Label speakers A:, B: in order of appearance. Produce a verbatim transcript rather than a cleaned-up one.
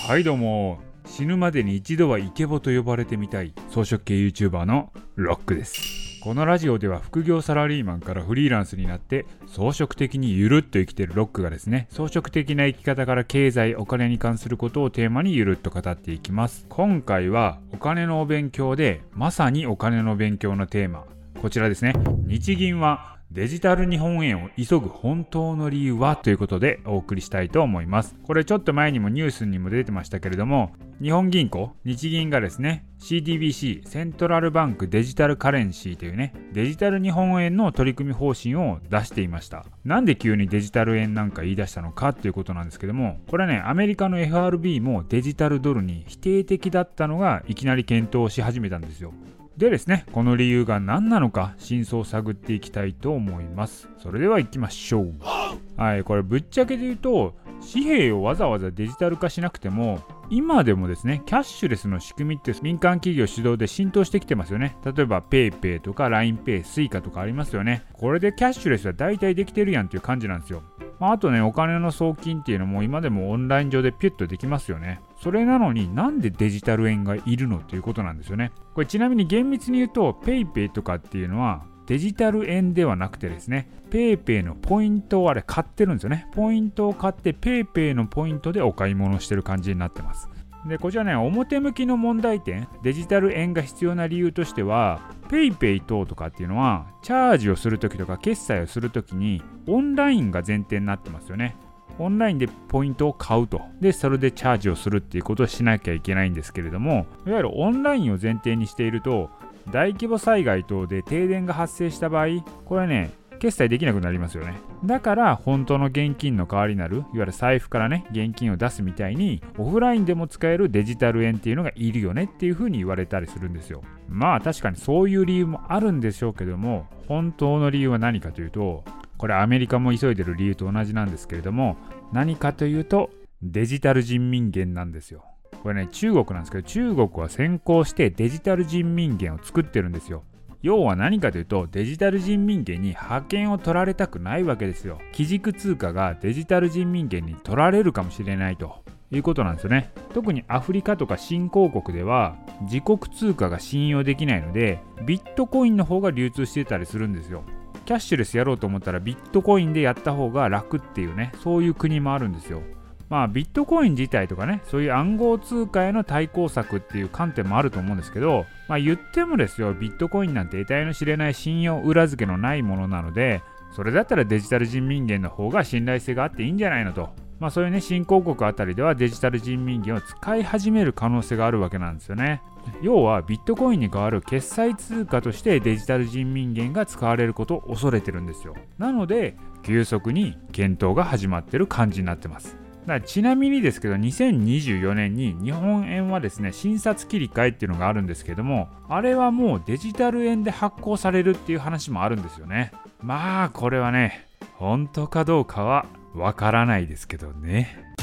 A: はいどうも、死ぬまでに一度はイケボと呼ばれてみたい草食系 YouTuber のロックです。このラジオでは副業サラリーマンからフリーランスになって装飾的にゆるっと生きているロックがですね、装飾的な生き方から経済お金に関することをテーマにゆるっと語っていきます。今回はお金のお勉強で、まさにお金の勉強のテーマ、こちらですね。日銀はデジタル日本円を急ぐ本当の理由はということでお送りしたいと思います。これちょっと前にもニュースにも出てましたけれども、日本銀行、日銀がですね シーディービーシー セントラルバンクデジタルカレンシーというね、デジタル日本円の取り組み方針を出していました。なんで急にデジタル円なんか言い出したのかということなんですけども、これね、アメリカの エフアールビー もデジタルドルに否定的だったのがいきなり検討し始めたんですよ。でですね、この理由が何なのか真相を探っていきたいと思います。それでは行きましょう。はい、これぶっちゃけで言うと、紙幣をわざわざデジタル化しなくても、今でもですね、キャッシュレスの仕組みって民間企業主導で浸透してきてますよね。例えば PayPay とか ラインペイ、Suica とかありますよね。これでキャッシュレスは大体できてるやんっていう感じなんですよ。あとね、お金の送金っていうのも今でもオンライン上でピュッとできますよね。それなのになんでデジタル円がいるのということなんですよね。これちなみに厳密に言うと PayPay とかっていうのはデジタル円ではなくてですね、PayPay のポイントをあれ買ってるんですよね。ポイントを買って PayPay のポイントでお買い物してる感じになってます。で、こちらね、表向きの問題点、デジタル円が必要な理由としては、PayPay 等とかっていうのはチャージをするときとか決済をするときにオンラインが前提になってますよね。オンラインでポイントを買うと。で、それでチャージをするっていうことをしなきゃいけないんですけれども、いわゆるオンラインを前提にしていると、大規模災害等で停電が発生した場合、これね、決済できなくなりますよね。だから本当の現金の代わりになる、いわゆる財布からね、現金を出すみたいにオフラインでも使えるデジタル円っていうのがいるよねっていう風に言われたりするんですよ。まあ確かにそういう理由もあるんでしょうけども、本当の理由は何かというと、これアメリカも急いでる理由と同じなんですけれども、何かというとデジタル人民元なんですよ。これね、中国なんですけど、中国は先行してデジタル人民元を作ってるんですよ。要は何かというと、デジタル人民元に覇権を取られたくないわけですよ。基軸通貨がデジタル人民元に取られるかもしれないということなんですよね。特にアフリカとか新興国では自国通貨が信用できないので、ビットコインの方が流通してたりするんですよ。キャッシュレスやろうと思ったらビットコインでやった方が楽っていうね、そういう国もあるんですよ。まあビットコイン自体とかね、そういう暗号通貨への対抗策っていう観点もあると思うんですけど、まあ言ってもですよ、ビットコインなんて得体の知れない信用裏付けのないものなので、それだったらデジタル人民元の方が信頼性があっていいんじゃないのと。まあそういうね、新興国あたりではデジタル人民元を使い始める可能性があるわけなんですよね。要はビットコインに代わる決済通貨としてデジタル人民元が使われることを恐れてるんですよ。なので急速に検討が始まってる感じになってます。だからちなみにですけど、にせんにじゅうよねんに日本円はですね、新札切り替えっていうのがあるんですけども、あれはもうデジタル円で発行されるっていう話もあるんですよね。まあこれはね、本当かどうかはわからないですけどね。